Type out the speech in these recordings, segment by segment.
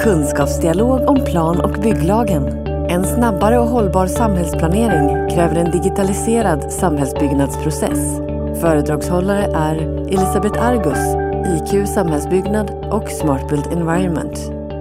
Kunskapsdialog om plan- och bygglagen. En snabbare och hållbar samhällsplanering kräver en digitaliserad samhällsbyggnadsprocess. Föredragshållare är Elisabeth Argus, IQ Samhällsbyggnad och Smart Built Environment.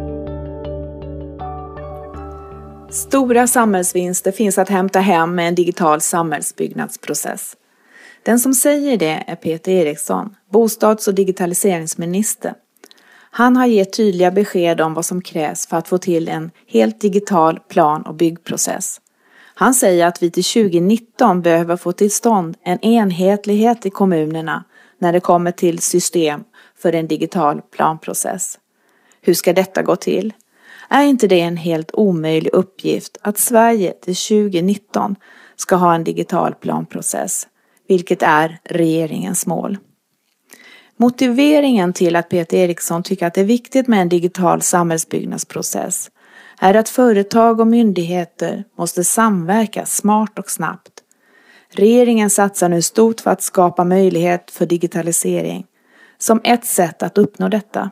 Stora samhällsvinster finns att hämta hem med en digital samhällsbyggnadsprocess. Den som säger det är Peter Eriksson, bostads- och digitaliseringsminister. Han har gett tydliga besked om vad som krävs för att få till en helt digital plan- och byggprocess. Han säger att vi till 2019 behöver få till stånd en enhetlighet i kommunerna när det kommer till system för en digital planprocess. Hur ska detta gå till? Är inte det en helt omöjlig uppgift att Sverige till 2019 ska ha en digital planprocess, vilket är regeringens mål? Motiveringen till att Peter Eriksson tycker att det är viktigt med en digital samhällsbyggnadsprocess är att företag och myndigheter måste samverka smart och snabbt. Regeringen satsar nu stort för att skapa möjlighet för digitalisering som ett sätt att uppnå detta.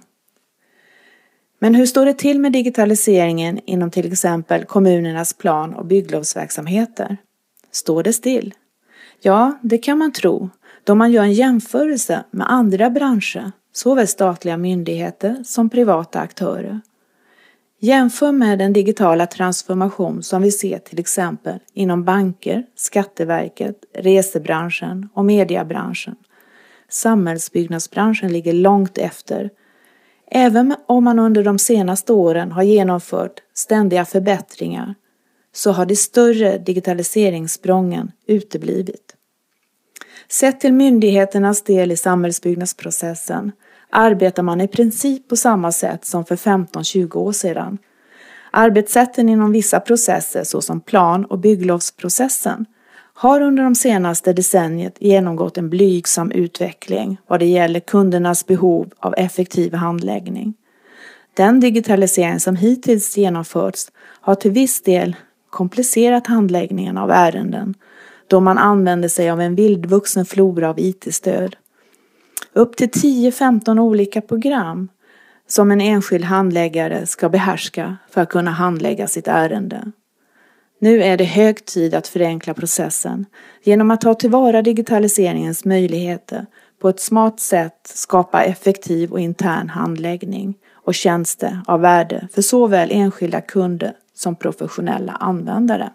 Men hur står det till med digitaliseringen inom till exempel kommunernas plan- och bygglovsverksamheter? Står det still? Ja, det kan man tro då man gör en jämförelse med andra branscher, såväl statliga myndigheter som privata aktörer. Jämför med den digitala transformation som vi ser till exempel inom banker, Skatteverket, resebranschen och mediebranschen. Samhällsbyggnadsbranschen ligger långt efter. Även om man under de senaste åren har genomfört ständiga förbättringar så har de större digitaliseringssprången uteblivit. Sett till myndigheternas del i samhällsbyggnadsprocessen arbetar man i princip på samma sätt som för 15-20 år sedan. Arbetssätten inom vissa processer såsom plan- och bygglovsprocessen har under de senaste decenniet genomgått en blygsam utveckling vad det gäller kundernas behov av effektiv handläggning. Den digitalisering som hittills genomförts har till viss del komplicerat handläggningen av ärenden då man använder sig av en vildvuxen flora av IT-stöd. Upp till 10-15 olika program som en enskild handläggare ska behärska för att kunna handlägga sitt ärende. Nu är det hög tid att förenkla processen genom att ta tillvara digitaliseringens möjligheter på ett smart sätt, skapa effektiv och intern handläggning och tjänster av värde för såväl enskilda kunder som professionella användare.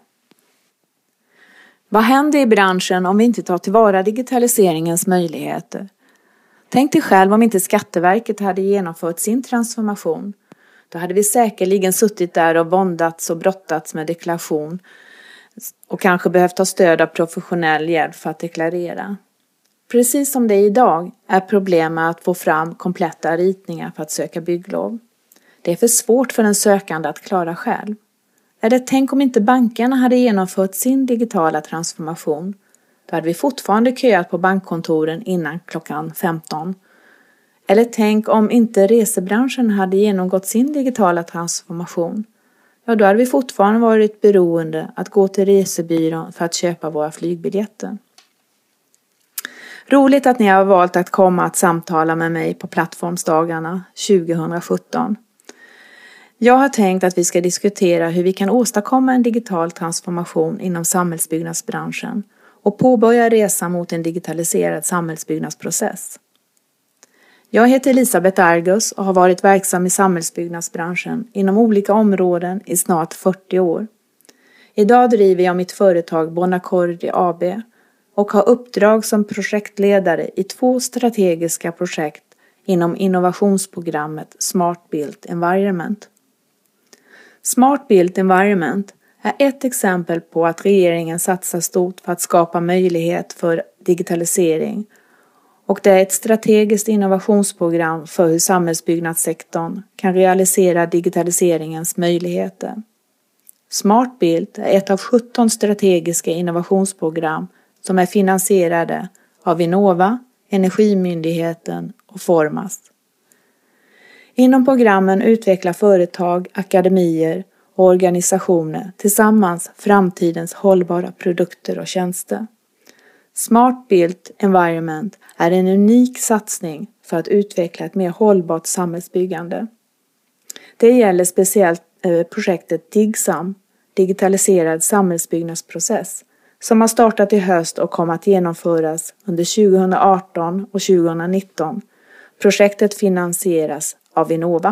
Vad händer i branschen om vi inte tar tillvara digitaliseringens möjligheter? Tänk dig själv om inte Skatteverket hade genomfört sin transformation. Då hade vi säkerligen suttit där och våndats och brottats med deklaration och kanske behövt ta stöd av professionell hjälp för att deklarera. Precis som det är idag är problemet att få fram kompletta ritningar för att söka bygglov. Det är för svårt för en sökande att klara själv. Eller tänk om inte bankerna hade genomfört sin digitala transformation. Då hade vi fortfarande köat på bankkontoren innan klockan 15. Eller tänk om inte resebranschen hade genomgått sin digitala transformation. Ja, då hade vi fortfarande varit beroende att gå till resebyrån för att köpa våra flygbiljetter. Roligt att ni har valt att komma att samtala med mig på plattformsdagarna 2017. Jag har tänkt att vi ska diskutera hur vi kan åstadkomma en digital transformation inom samhällsbyggnadsbranschen och påbörja resan mot en digitaliserad samhällsbyggnadsprocess. Jag heter Elisabeth Argus och har varit verksam i samhällsbyggnadsbranschen inom olika områden i snart 40 år. Idag driver jag mitt företag Bonaccordi AB och har uppdrag som projektledare i 2 strategiska projekt inom innovationsprogrammet Smart Built Environment. Smart Built Environment är ett exempel på att regeringen satsar stort för att skapa möjlighet för digitalisering och det är ett strategiskt innovationsprogram för hur samhällsbyggnadssektorn kan realisera digitaliseringens möjligheter. Smart Built är ett av 17 strategiska innovationsprogram som är finansierade av Vinnova, Energimyndigheten och Formas. Inom programmen utvecklar företag, akademier och organisationer tillsammans framtidens hållbara produkter och tjänster. Smart Built Environment är en unik satsning för att utveckla ett mer hållbart samhällsbyggande. Det gäller speciellt projektet DIGSAM, digitaliserad samhällsbyggnadsprocess, som har startat i höst och kommer att genomföras under 2018 och 2019. Projektet finansieras av Vinnova.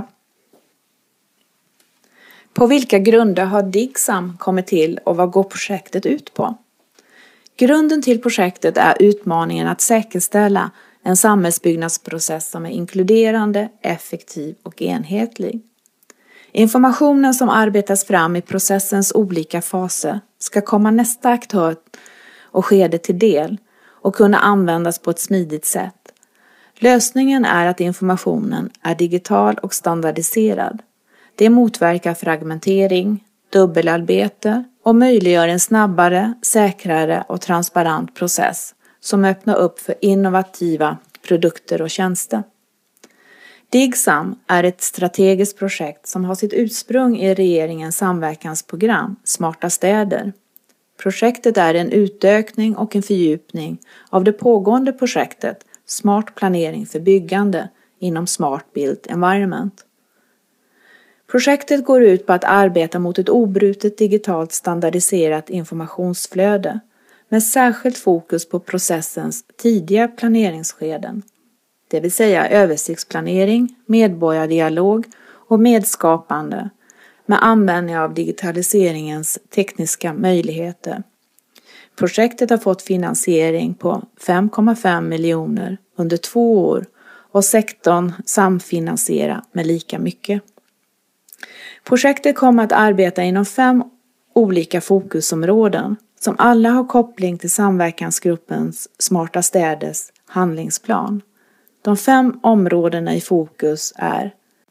På vilka grunder har DIGSAM kommit till och vad går projektet ut på? Grunden till projektet är utmaningen att säkerställa en samhällsbyggnadsprocess som är inkluderande, effektiv och enhetlig. Informationen som arbetas fram i processens olika faser ska komma nästa aktör och skede till del och kunna användas på ett smidigt sätt. Lösningen är att informationen är digital och standardiserad. Det motverkar fragmentering, dubbelarbete och möjliggör en snabbare, säkrare och transparent process som öppnar upp för innovativa produkter och tjänster. DIGSAM är ett strategiskt projekt som har sitt ursprung i regeringens samverkansprogram Smarta städer. Projektet är en utökning och en fördjupning av det pågående projektet Smart planering för byggande inom Smart Built Environment. Projektet går ut på att arbeta mot ett obrutet digitalt standardiserat informationsflöde med särskilt fokus på processens tidiga planeringsskeden, det vill säga översiktsplanering, medborgardialog och medskapande med användning av digitaliseringens tekniska möjligheter. Projektet har fått finansiering på 5,5 miljoner under 2 år och sektorn samfinansierar med lika mycket. Projektet kommer att arbeta inom 5 olika fokusområden som alla har koppling till samverkansgruppens Smarta städers handlingsplan. De 5 områdena i fokus är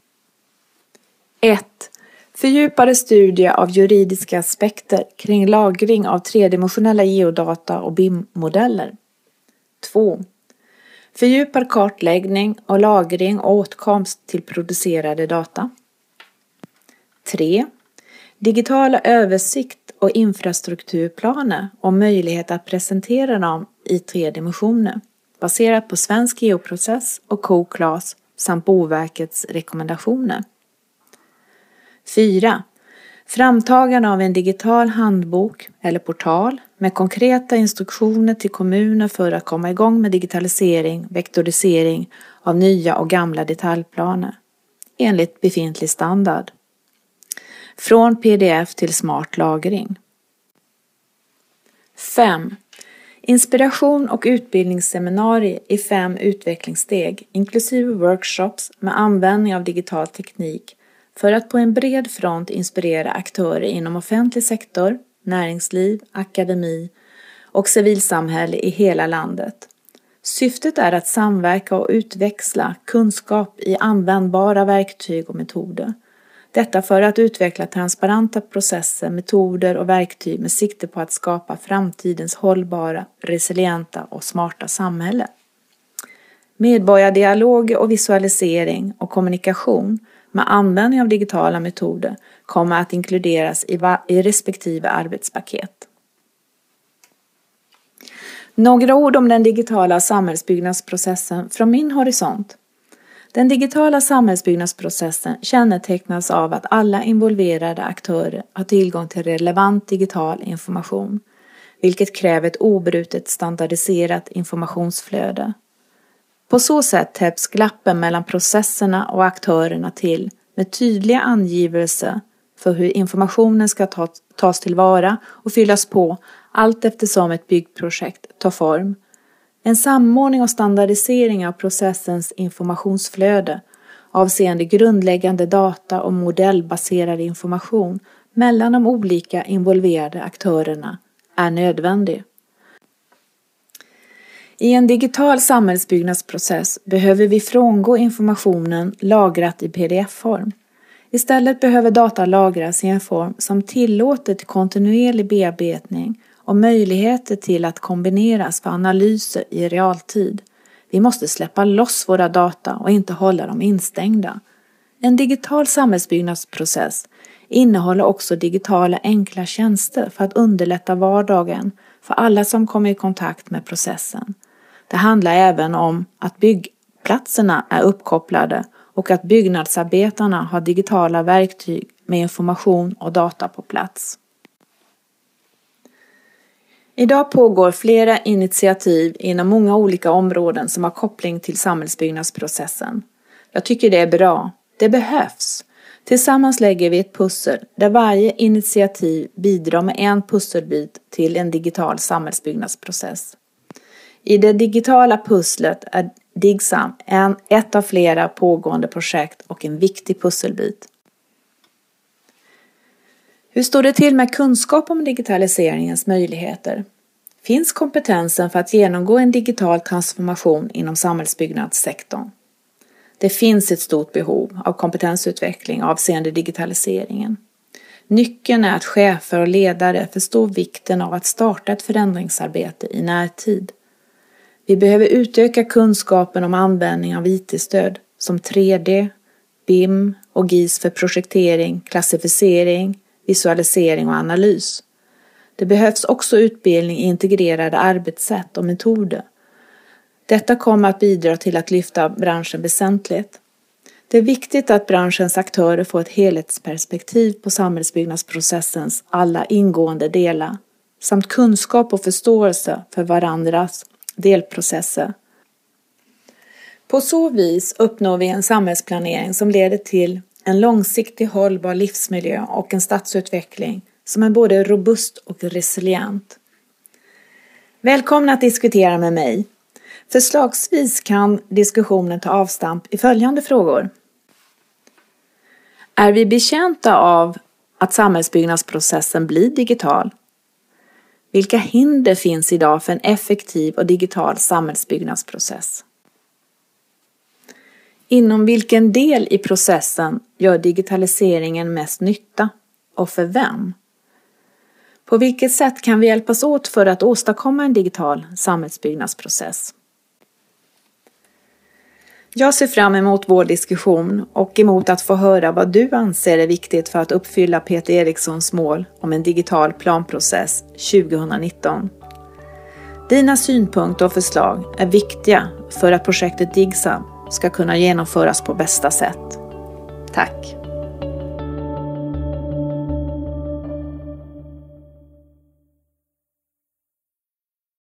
1. Fördjupade studier av juridiska aspekter kring lagring av tredimensionella geodata och BIM-modeller. 2. Fördjupad kartläggning och lagring och åtkomst till producerade data. 3. Digitala översikt och infrastrukturplaner och möjlighet att presentera dem i 3 dimensioner baserat på svensk geoprocess och CoClass samt Boverkets rekommendationer. 4. Framtagande av en digital handbok eller portal med konkreta instruktioner till kommuner för att komma igång med digitalisering, vektorisering av nya och gamla detaljplaner enligt befintlig standard. Från pdf till smart lagring. 5. Inspiration och utbildningsseminarier i 5 utvecklingssteg inklusive workshops med användning av digital teknik för att på en bred front inspirera aktörer inom offentlig sektor, näringsliv, akademi och civilsamhälle i hela landet. Syftet är att samverka och utväxla kunskap i användbara verktyg och metoder. Detta för att utveckla transparenta processer, metoder och verktyg med sikte på att skapa framtidens hållbara, resilienta och smarta samhälle. Medborgardialog och visualisering och kommunikation med användning av digitala metoder kommer att inkluderas i respektive arbetspaket. Några ord om den digitala samhällsbyggnadsprocessen från min horisont. Den digitala samhällsbyggnadsprocessen kännetecknas av att alla involverade aktörer har tillgång till relevant digital information, vilket kräver ett obrutet standardiserat informationsflöde. På så sätt täpps glappen mellan processerna och aktörerna till med tydliga angivelser för hur informationen ska tas tillvara och fyllas på allt eftersom ett byggprojekt tar form. En samordning och standardisering av processens informationsflöde avseende grundläggande data och modellbaserad information mellan de olika involverade aktörerna är nödvändig. I en digital samhällsbyggnadsprocess behöver vi frångå informationen lagrat i pdf-form. Istället behöver data lagras i en form som tillåter till kontinuerlig bearbetning och möjligheter till att kombineras för analyser i realtid. Vi måste släppa loss våra data och inte hålla dem instängda. En digital samhällsbyggnadsprocess innehåller också digitala enkla tjänster för att underlätta vardagen för alla som kommer i kontakt med processen. Det handlar även om att byggplatserna är uppkopplade och att byggnadsarbetarna har digitala verktyg med information och data på plats. Idag pågår flera initiativ inom många olika områden som har koppling till samhällsbyggnadsprocessen. Jag tycker det är bra. Det behövs. Tillsammans lägger vi ett pussel där varje initiativ bidrar med en pusselbit till en digital samhällsbyggnadsprocess. I det digitala pusslet är DIGSAM ett av flera pågående projekt och en viktig pusselbit. Hur står det till med kunskap om digitaliseringens möjligheter? Finns kompetensen för att genomgå en digital transformation inom samhällsbyggnadssektorn? Det finns ett stort behov av kompetensutveckling avseende digitaliseringen. Nyckeln är att chefer och ledare förstår vikten av att starta ett förändringsarbete i närtid. Vi behöver utöka kunskapen om användning av IT-stöd som 3D, BIM och GIS för projektering, klassificering, visualisering och analys. Det behövs också utbildning i integrerade arbetssätt och metoder. Detta kommer att bidra till att lyfta branschen väsentligt. Det är viktigt att branschens aktörer får ett helhetsperspektiv på samhällsbyggnadsprocessens alla ingående delar samt kunskap och förståelse för varandras delprocesser. På så vis uppnår vi en samhällsplanering som leder till en långsiktig hållbar livsmiljö och en stadsutveckling som är både robust och resilient. Välkomna att diskutera med mig. Förslagsvis kan diskussionen ta avstamp i följande frågor. Är vi betjänta av att samhällsbyggnadsprocessen blir digital? Vilka hinder finns idag för en effektiv och digital samhällsbyggnadsprocess? Inom vilken del i processen gör digitaliseringen mest nytta och för vem? På vilket sätt kan vi hjälpas åt för att åstadkomma en digital samhällsbyggnadsprocess? Jag ser fram emot vår diskussion och emot att få höra vad du anser är viktigt för att uppfylla Peter Erikssons mål om en digital planprocess 2019. Dina synpunkter och förslag är viktiga för att projektet DIGSAM ska kunna genomföras på bästa sätt. Tack!